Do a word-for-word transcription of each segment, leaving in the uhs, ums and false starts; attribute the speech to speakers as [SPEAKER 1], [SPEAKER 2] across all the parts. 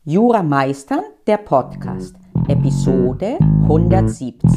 [SPEAKER 1] Jura meistern, der Podcast, Episode hundertsiebzig.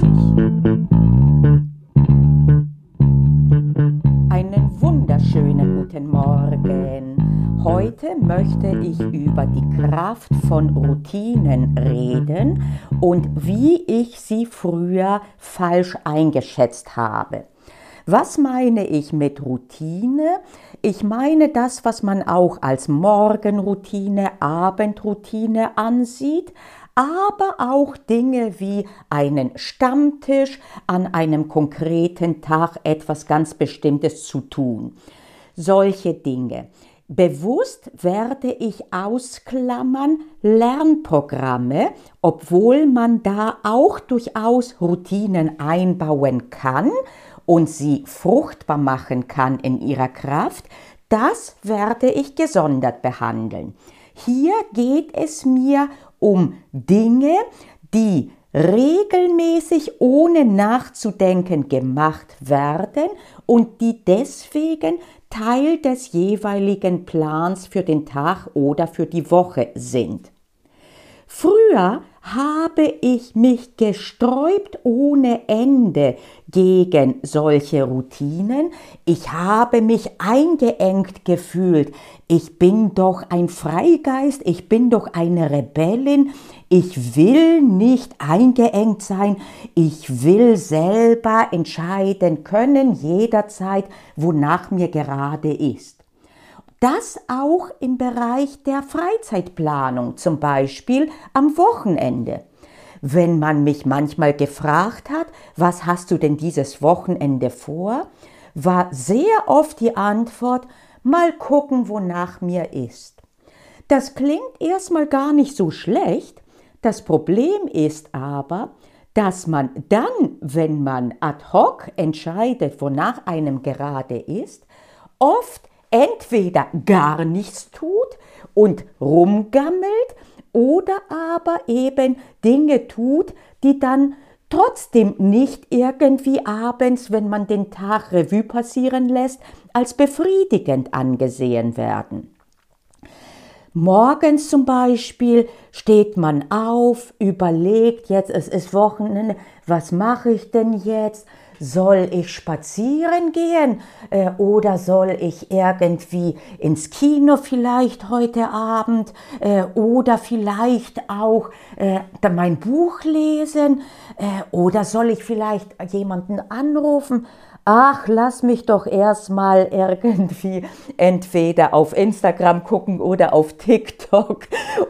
[SPEAKER 1] Einen wunderschönen guten Morgen. Heute möchte ich über die Kraft von Routinen reden und wie ich sie früher falsch eingeschätzt habe. Was meine ich mit Routine? Ich meine das, was man auch als Morgenroutine, Abendroutine ansieht, aber auch Dinge wie einen Stammtisch, an einem konkreten Tag etwas ganz Bestimmtes zu tun. Solche Dinge. Bewusst werde ich ausklammern Lernprogramme, obwohl man da auch durchaus Routinen einbauen kann und sie fruchtbar machen kann in ihrer Kraft, das werde ich gesondert behandeln. Hier geht es mir um Dinge, die regelmäßig ohne nachzudenken gemacht werden und die deswegen Teil des jeweiligen Plans für den Tag oder für die Woche sind. Früher habe ich mich gesträubt ohne Ende gegen solche Routinen. Ich habe mich eingeengt gefühlt. Ich bin doch ein Freigeist, ich bin doch eine Rebellin. Ich will nicht eingeengt sein. Ich will selber entscheiden können, jederzeit, wonach mir gerade ist. Das auch im Bereich der Freizeitplanung, zum Beispiel am Wochenende. Wenn man mich manchmal gefragt hat, was hast du denn dieses Wochenende vor, war sehr oft die Antwort, mal gucken, wonach mir ist. Das klingt erstmal gar nicht so schlecht. Das Problem ist aber, dass man dann, wenn man ad hoc entscheidet, wonach einem gerade ist, oft entweder gar nichts tut und rumgammelt oder aber eben Dinge tut, die dann trotzdem nicht irgendwie abends, wenn man den Tag Revue passieren lässt, als befriedigend angesehen werden. Morgens zum Beispiel steht man auf, überlegt, jetzt es ist Wochenende, was mache ich denn jetzt? Soll ich spazieren gehen äh, oder soll ich irgendwie ins Kino vielleicht heute Abend äh, oder vielleicht auch äh, mein Buch lesen äh, oder soll ich vielleicht jemanden anrufen? Ach, lass mich doch erstmal irgendwie entweder auf Instagram gucken oder auf TikTok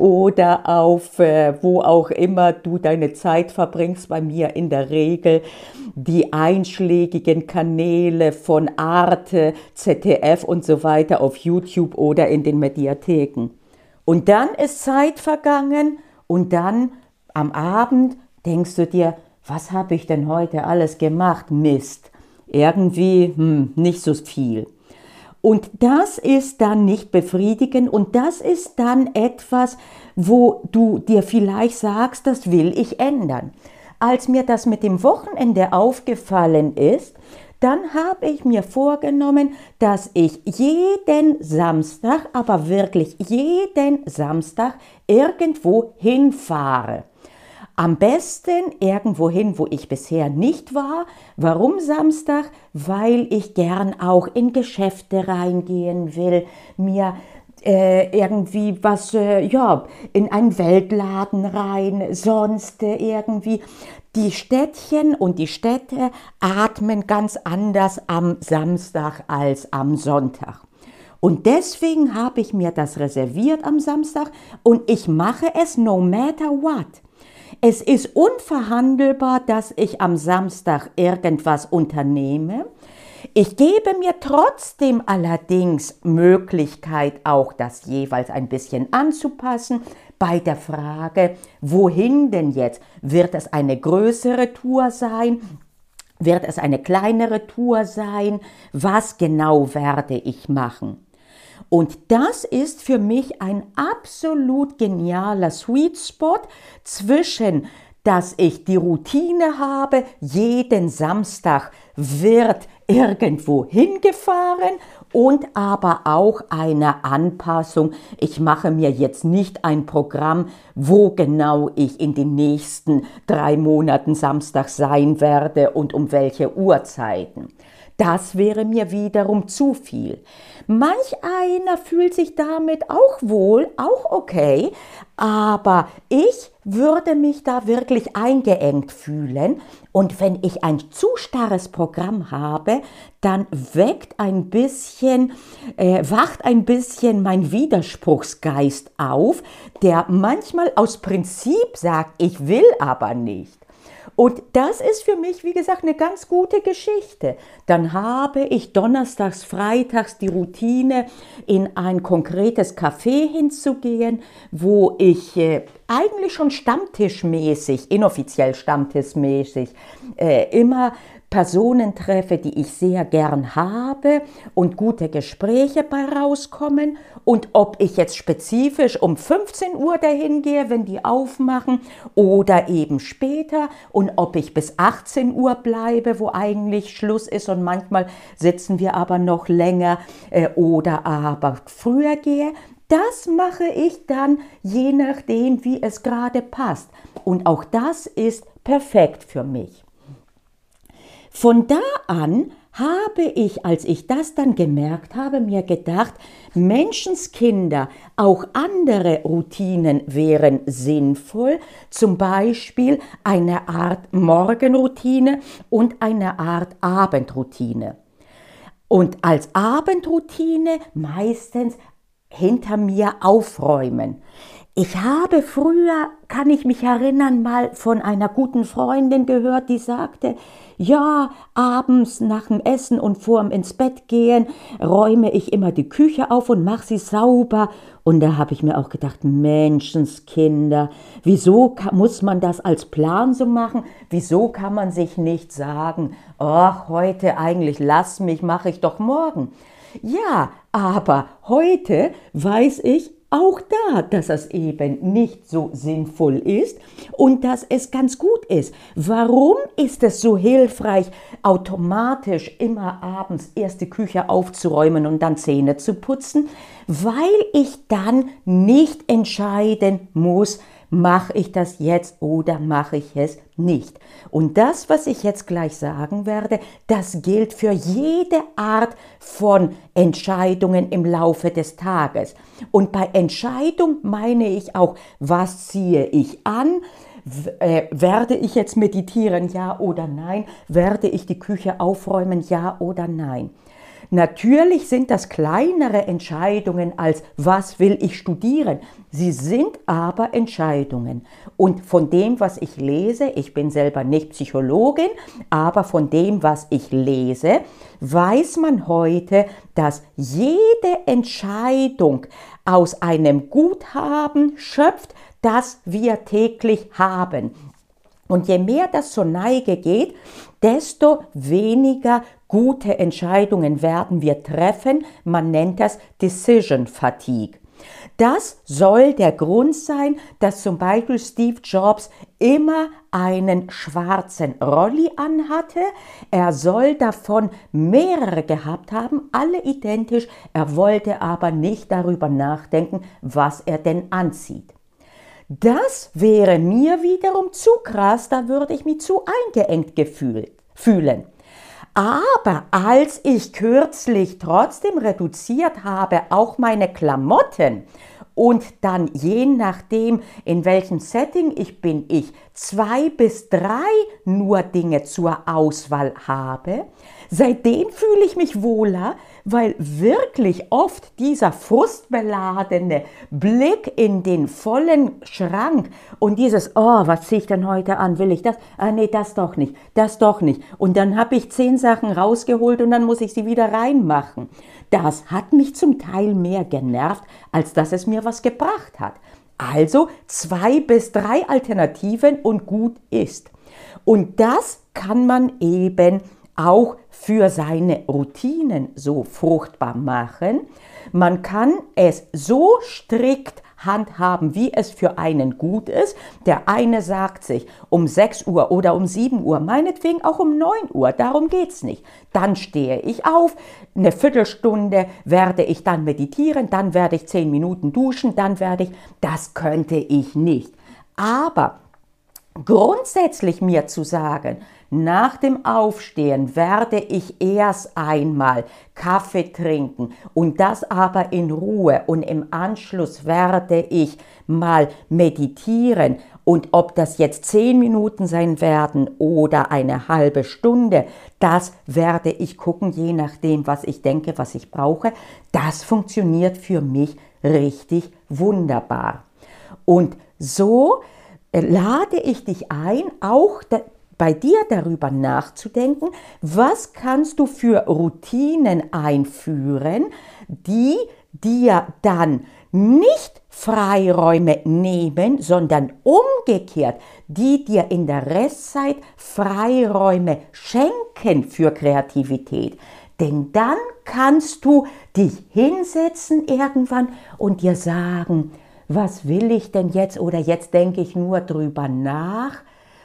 [SPEAKER 1] oder auf äh, wo auch immer du deine Zeit verbringst. Bei mir in der Regel die einschlägigen Kanäle von Arte, Z D F und so weiter auf YouTube oder in den Mediatheken. Und dann ist Zeit vergangen und dann am Abend denkst du dir, was habe ich denn heute alles gemacht? Mist. Irgendwie hm, nicht so viel. Und das ist dann nicht befriedigend und das ist dann etwas, wo du dir vielleicht sagst, das will ich ändern. Als mir das mit dem Wochenende aufgefallen ist, dann habe ich mir vorgenommen, dass ich jeden Samstag, aber wirklich jeden Samstag irgendwo hinfahre. Am besten irgendwo hin, wo ich bisher nicht war. Warum Samstag? Weil ich gern auch in Geschäfte reingehen will, mir äh, irgendwie was, äh, ja, in einen Weltladen rein, sonst äh, irgendwie. Die Städtchen und die Städte atmen ganz anders am Samstag als am Sonntag. Und deswegen habe ich mir das reserviert am Samstag und ich mache es no matter what. Es ist unverhandelbar, dass ich am Samstag irgendwas unternehme. Ich gebe mir trotzdem allerdings Möglichkeit, auch das jeweils ein bisschen anzupassen bei der Frage, wohin denn jetzt? Wird es eine größere Tour sein? Wird es eine kleinere Tour sein? Was genau werde ich machen? Und das ist für mich ein absolut genialer Sweet Spot zwischen, dass ich die Routine habe, jeden Samstag wird irgendwo hingefahren und aber auch eine Anpassung. Ich mache mir jetzt nicht ein Programm, wo genau ich in den nächsten drei Monaten Samstag sein werde und um welche Uhrzeiten. Das wäre mir wiederum zu viel. Manch einer fühlt sich damit auch wohl, auch okay, aber ich würde mich da wirklich eingeengt fühlen. Und wenn ich ein zu starres Programm habe, dann weckt ein bisschen, äh, wacht ein bisschen mein Widerspruchsgeist auf, der manchmal aus Prinzip sagt, ich will aber nicht. Und das ist für mich, wie gesagt, eine ganz gute Geschichte. Dann habe ich donnerstags, freitags die Routine, in ein konkretes Café hinzugehen, wo ich äh, eigentlich schon stammtischmäßig, inoffiziell stammtischmäßig, äh, immer Personen treffe, die ich sehr gern habe und gute Gespräche bei rauskommen. Und ob ich jetzt spezifisch um fünfzehn Uhr dahin gehe, wenn die aufmachen, oder eben später, und ob ich bis achtzehn Uhr bleibe, wo eigentlich Schluss ist, und manchmal sitzen wir aber noch länger, äh, oder aber früher gehe, das mache ich dann je nachdem, wie es gerade passt. Und auch das ist perfekt für mich. Von da an habe ich, als ich das dann gemerkt habe, mir gedacht, Menschenskinder, auch andere Routinen wären sinnvoll, zum Beispiel eine Art Morgenroutine und eine Art Abendroutine. Und als Abendroutine meistens hinter mir aufräumen. Ich habe früher, kann ich mich erinnern, mal von einer guten Freundin gehört, die sagte, ja, abends nach dem Essen und vorm ins Bett gehen, räume ich immer die Küche auf und mache sie sauber. Und da habe ich mir auch gedacht, Menschenskinder, wieso kann, muss man das als Plan so machen? Wieso kann man sich nicht sagen, ach, heute eigentlich lass mich, mache ich doch morgen. Ja, aber heute weiß ich auch da, dass es eben nicht so sinnvoll ist und dass es ganz gut ist. Warum ist es so hilfreich, automatisch immer abends erst die Küche aufzuräumen und dann Zähne zu putzen? Weil ich dann nicht entscheiden muss, mache ich das jetzt oder mache ich es nicht. Und das, was ich jetzt gleich sagen werde, das gilt für jede Art von Entscheidungen im Laufe des Tages. Und bei Entscheidung meine ich auch, was ziehe ich an? Äh, werde ich jetzt meditieren, ja oder nein? Werde ich die Küche aufräumen, ja oder nein? Natürlich sind das kleinere Entscheidungen als was will ich studieren. Sie sind aber Entscheidungen. Und von dem, was ich lese, ich bin selber nicht Psychologin, aber von dem, was ich lese, weiß man heute, dass jede Entscheidung aus einem Guthaben schöpft, das wir täglich haben. Und je mehr das zur Neige geht, desto weniger gute Entscheidungen werden wir treffen. Man nennt das Decision Fatigue. Das soll der Grund sein, dass zum Beispiel Steve Jobs immer einen schwarzen Rolli anhatte. Er soll davon mehrere gehabt haben, alle identisch. Er wollte aber nicht darüber nachdenken, was er denn anzieht. Das wäre mir wiederum zu krass, da würde ich mich zu eingeengt gefühlt, fühlen. Aber als ich kürzlich trotzdem reduziert habe, auch meine Klamotten, und dann je nachdem, in welchem Setting ich bin, ich zwei bis drei nur Dinge zur Auswahl habe, seitdem fühle ich mich wohler, weil wirklich oft dieser frustbeladene Blick in den vollen Schrank und dieses, oh, was ziehe ich denn heute an, will ich das? Ah, nee, das doch nicht, das doch nicht. Und dann habe ich zehn Sachen rausgeholt und dann muss ich sie wieder reinmachen. Das hat mich zum Teil mehr genervt, als dass es mir was gebracht hat. Also zwei bis drei Alternativen und gut ist. Und das kann man eben auch für seine Routinen so fruchtbar machen. Man kann es so strikt handhaben, wie es für einen gut ist. Der eine sagt sich um sechs Uhr oder um sieben Uhr, meinetwegen auch um neun Uhr, darum geht's nicht. Dann stehe ich auf, eine Viertelstunde werde ich dann meditieren, dann werde ich zehn Minuten duschen, dann werde ich, das könnte ich nicht. Aber grundsätzlich mir zu sagen, nach dem Aufstehen werde ich erst einmal Kaffee trinken und das aber in Ruhe und im Anschluss werde ich mal meditieren und ob das jetzt zehn Minuten sein werden oder eine halbe Stunde, das werde ich gucken, je nachdem, was ich denke, was ich brauche. Das funktioniert für mich richtig wunderbar. Und so lade ich dich ein, auch bei dir darüber nachzudenken, was kannst du für Routinen einführen, die dir dann nicht Freiräume nehmen, sondern umgekehrt, die dir in der Restzeit Freiräume schenken für Kreativität. Denn dann kannst du dich hinsetzen irgendwann und dir sagen, was will ich denn jetzt oder jetzt denke ich nur drüber nach,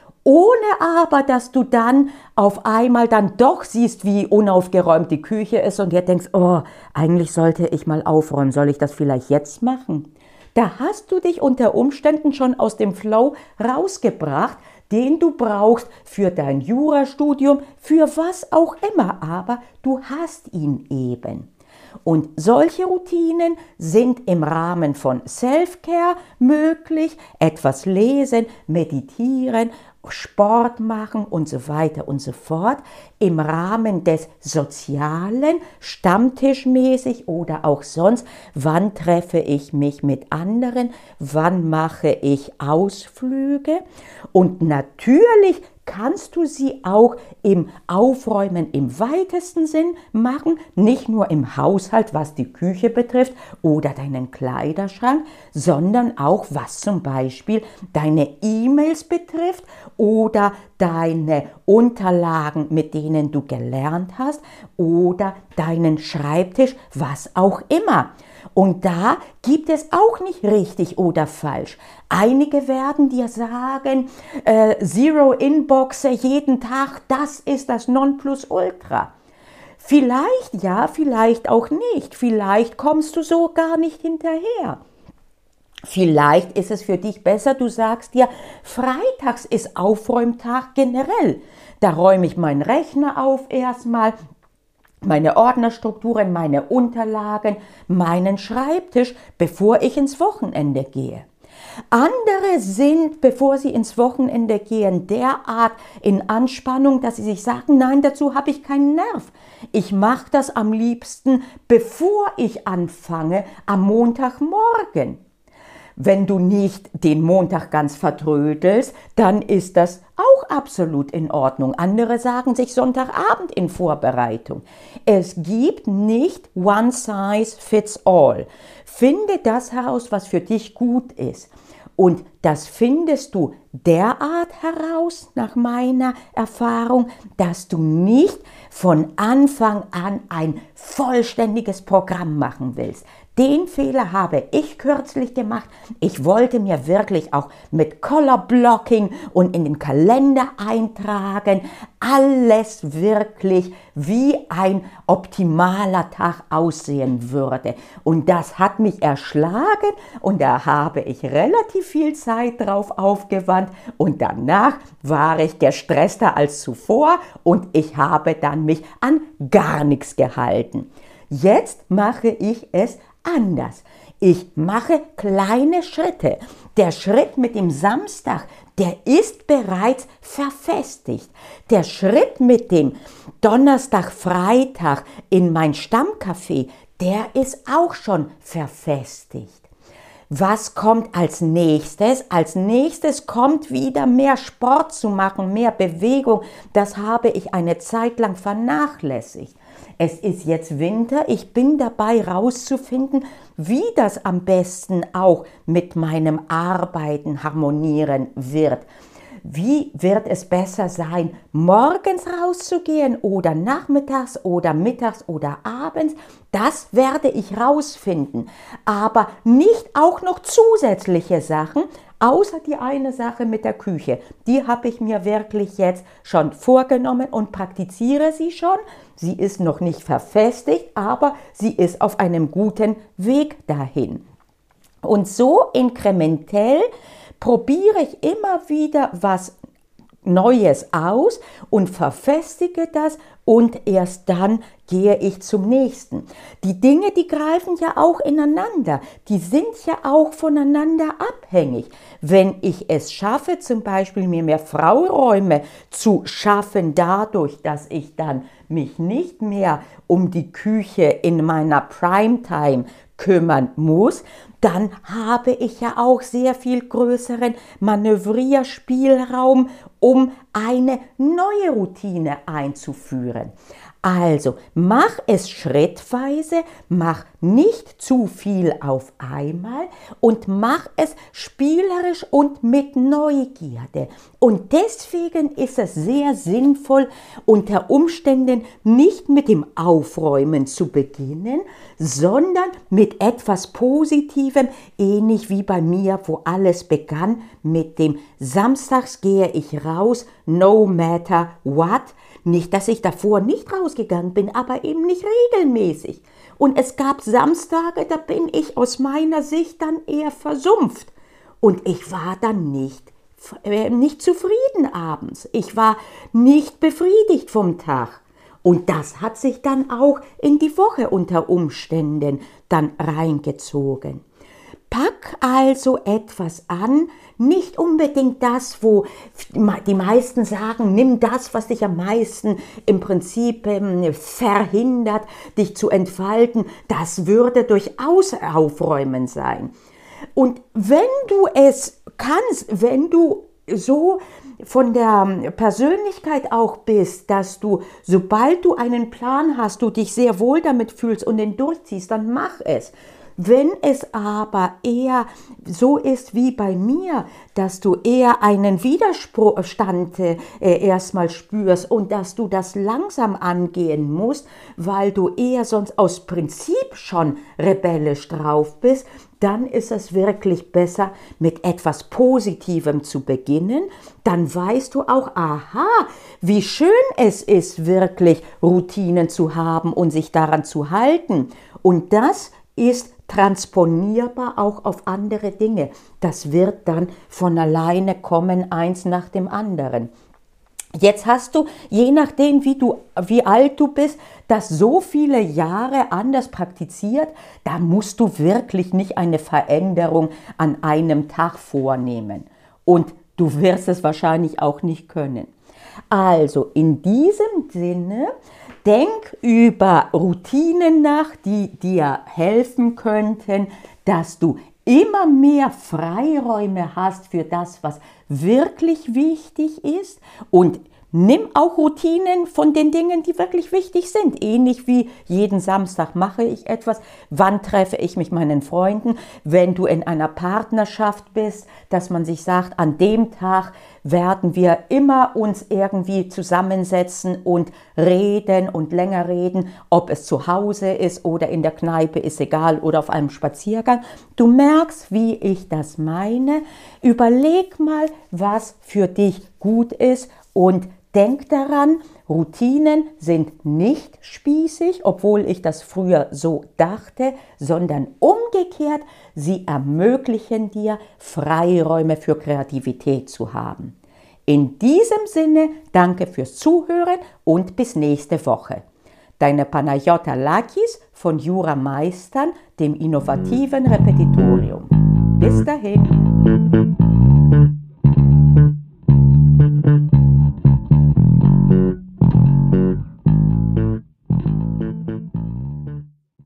[SPEAKER 1] ohne aber, dass du dann auf einmal dann doch siehst, wie unaufgeräumt die Küche ist und dir denkst, oh, eigentlich sollte ich mal aufräumen, soll ich das vielleicht jetzt machen? Da hast du dich unter Umständen schon aus dem Flow rausgebracht, den du brauchst für dein Jurastudium, für was auch immer, aber du hast ihn eben. Und solche Routinen sind im Rahmen von Self-Care möglich, etwas lesen, meditieren, Sport machen und so weiter und so fort, im Rahmen des Sozialen, stammtischmäßig oder auch sonst, wann treffe ich mich mit anderen, wann mache ich Ausflüge und natürlich kannst du sie auch im Aufräumen im weitesten Sinn machen, nicht nur im Haushalt, was die Küche betrifft oder deinen Kleiderschrank, sondern auch was zum Beispiel deine E-Mails betrifft oder deine Unterlagen, mit denen du gelernt hast oder deinen Schreibtisch, was auch immer. Und da gibt es auch nicht richtig oder falsch. Einige werden dir sagen, äh, Zero Inbox jeden Tag, das ist das Nonplusultra. Vielleicht ja, vielleicht auch nicht. Vielleicht kommst du so gar nicht hinterher. Vielleicht ist es für dich besser, du sagst dir, freitags ist Aufräumtag generell. Da räume ich meinen Rechner auf erstmal, meine Ordnerstrukturen, meine Unterlagen, meinen Schreibtisch, bevor ich ins Wochenende gehe. Andere sind, bevor sie ins Wochenende gehen, derart in Anspannung, dass sie sich sagen, nein, dazu habe ich keinen Nerv. Ich mache das am liebsten, bevor ich anfange, am Montagmorgen. Wenn du nicht den Montag ganz vertrödelst, dann ist das auch absolut in Ordnung. Andere sagen sich Sonntagabend in Vorbereitung. Es gibt nicht one size fits all. Finde das heraus, was für dich gut ist. Und das findest du derart heraus, nach meiner Erfahrung, dass du nicht von Anfang an ein vollständiges Programm machen willst. Den Fehler habe ich kürzlich gemacht. Ich wollte mir wirklich auch mit Color Blocking und in den Kalender eintragen, alles wirklich wie ein optimaler Tag aussehen würde. Und das hat mich erschlagen und da habe ich relativ viel Zeit drauf aufgewandt und danach war ich gestresster als zuvor und ich habe dann mich an gar nichts gehalten. Jetzt mache ich es anders. Ich mache kleine Schritte. Der Schritt mit dem Samstag, der ist bereits verfestigt. Der Schritt mit dem Donnerstag, Freitag in mein Stammcafé, der ist auch schon verfestigt. Was kommt als nächstes? Als nächstes kommt wieder mehr Sport zu machen, mehr Bewegung. Das habe ich eine Zeit lang vernachlässigt. Es ist jetzt Winter, ich bin dabei herauszufinden, wie das am besten auch mit meinem Arbeiten harmonieren wird. wie wird es besser sein, morgens rauszugehen oder nachmittags oder mittags oder abends? Das werde ich rausfinden. Aber nicht auch noch zusätzliche Sachen, außer die eine Sache mit der Küche. Die habe ich mir wirklich jetzt schon vorgenommen und praktiziere sie schon. Sie ist noch nicht verfestigt, aber sie ist auf einem guten Weg dahin. Und so inkrementell probiere ich immer wieder was Neues aus und verfestige das und erst dann gehe ich zum nächsten. Die Dinge, die greifen ja auch ineinander, die sind ja auch voneinander abhängig. Wenn ich es schaffe, zum Beispiel mir mehr Freiräume zu schaffen, dadurch, dass ich dann mich nicht mehr um die Küche in meiner Primetime kümmern muss, dann habe ich ja auch sehr viel größeren Manövrierspielraum, um eine neue Routine einzuführen. Also mach es schrittweise, mach nicht zu viel auf einmal und mach es spielerisch und mit Neugierde. Und deswegen ist es sehr sinnvoll, unter Umständen nicht mit dem Aufräumen zu beginnen, sondern mit etwas Positivem, ähnlich wie bei mir, wo alles begann mit dem Samstags gehe ich raus, no matter what. Nicht, dass ich davor nicht rausgegangen bin, aber eben nicht regelmäßig. Und es gab Samstage, da bin ich aus meiner Sicht dann eher versumpft. Und ich war dann nicht, äh, nicht zufrieden abends. Ich war nicht befriedigt vom Tag. Und das hat sich dann auch in die Woche unter Umständen dann reingezogen. Pack also etwas an, nicht unbedingt das, wo die meisten sagen, nimm das, was dich am meisten im Prinzip ähm, verhindert, dich zu entfalten. Das würde durchaus Aufräumen sein. Und wenn du es kannst, wenn du so von der Persönlichkeit auch bist, dass du, sobald du einen Plan hast, du dich sehr wohl damit fühlst und den durchziehst, dann mach es. Wenn es aber eher so ist wie bei mir, dass du eher einen Widerstand äh, erstmal spürst und dass du das langsam angehen musst, weil du eher sonst aus Prinzip schon rebellisch drauf bist, dann ist es wirklich besser, mit etwas Positivem zu beginnen. Dann weißt du auch, aha, wie schön es ist, wirklich Routinen zu haben und sich daran zu halten. Und das ist transponierbar auch auf andere Dinge. Das wird dann von alleine kommen, eins nach dem anderen. Jetzt hast du, je nachdem wie, du, wie alt du bist, das so viele Jahre anders praktiziert, da musst du wirklich nicht eine Veränderung an einem Tag vornehmen. Und du wirst es wahrscheinlich auch nicht können. Also in diesem Sinne, denk über Routinen nach, die dir helfen könnten, dass du immer mehr Freiräume hast für das, was wirklich wichtig ist, und nimm auch Routinen von den Dingen, die wirklich wichtig sind. Ähnlich wie jeden Samstag mache ich etwas. Wann treffe ich mich mit meinen Freunden? Wenn du in einer Partnerschaft bist, dass man sich sagt, an dem Tag werden wir immer uns irgendwie zusammensetzen und reden und länger reden. Ob es zu Hause ist oder in der Kneipe, ist egal, oder auf einem Spaziergang. Du merkst, wie ich das meine. Überleg mal, was für dich gut ist, und denk daran, Routinen sind nicht spießig, obwohl ich das früher so dachte, sondern umgekehrt, sie ermöglichen dir, Freiräume für Kreativität zu haben. In diesem Sinne, danke fürs Zuhören und bis nächste Woche. Deine Panayota Lakis von Jura Meistern, dem innovativen Repetitorium. Bis dahin.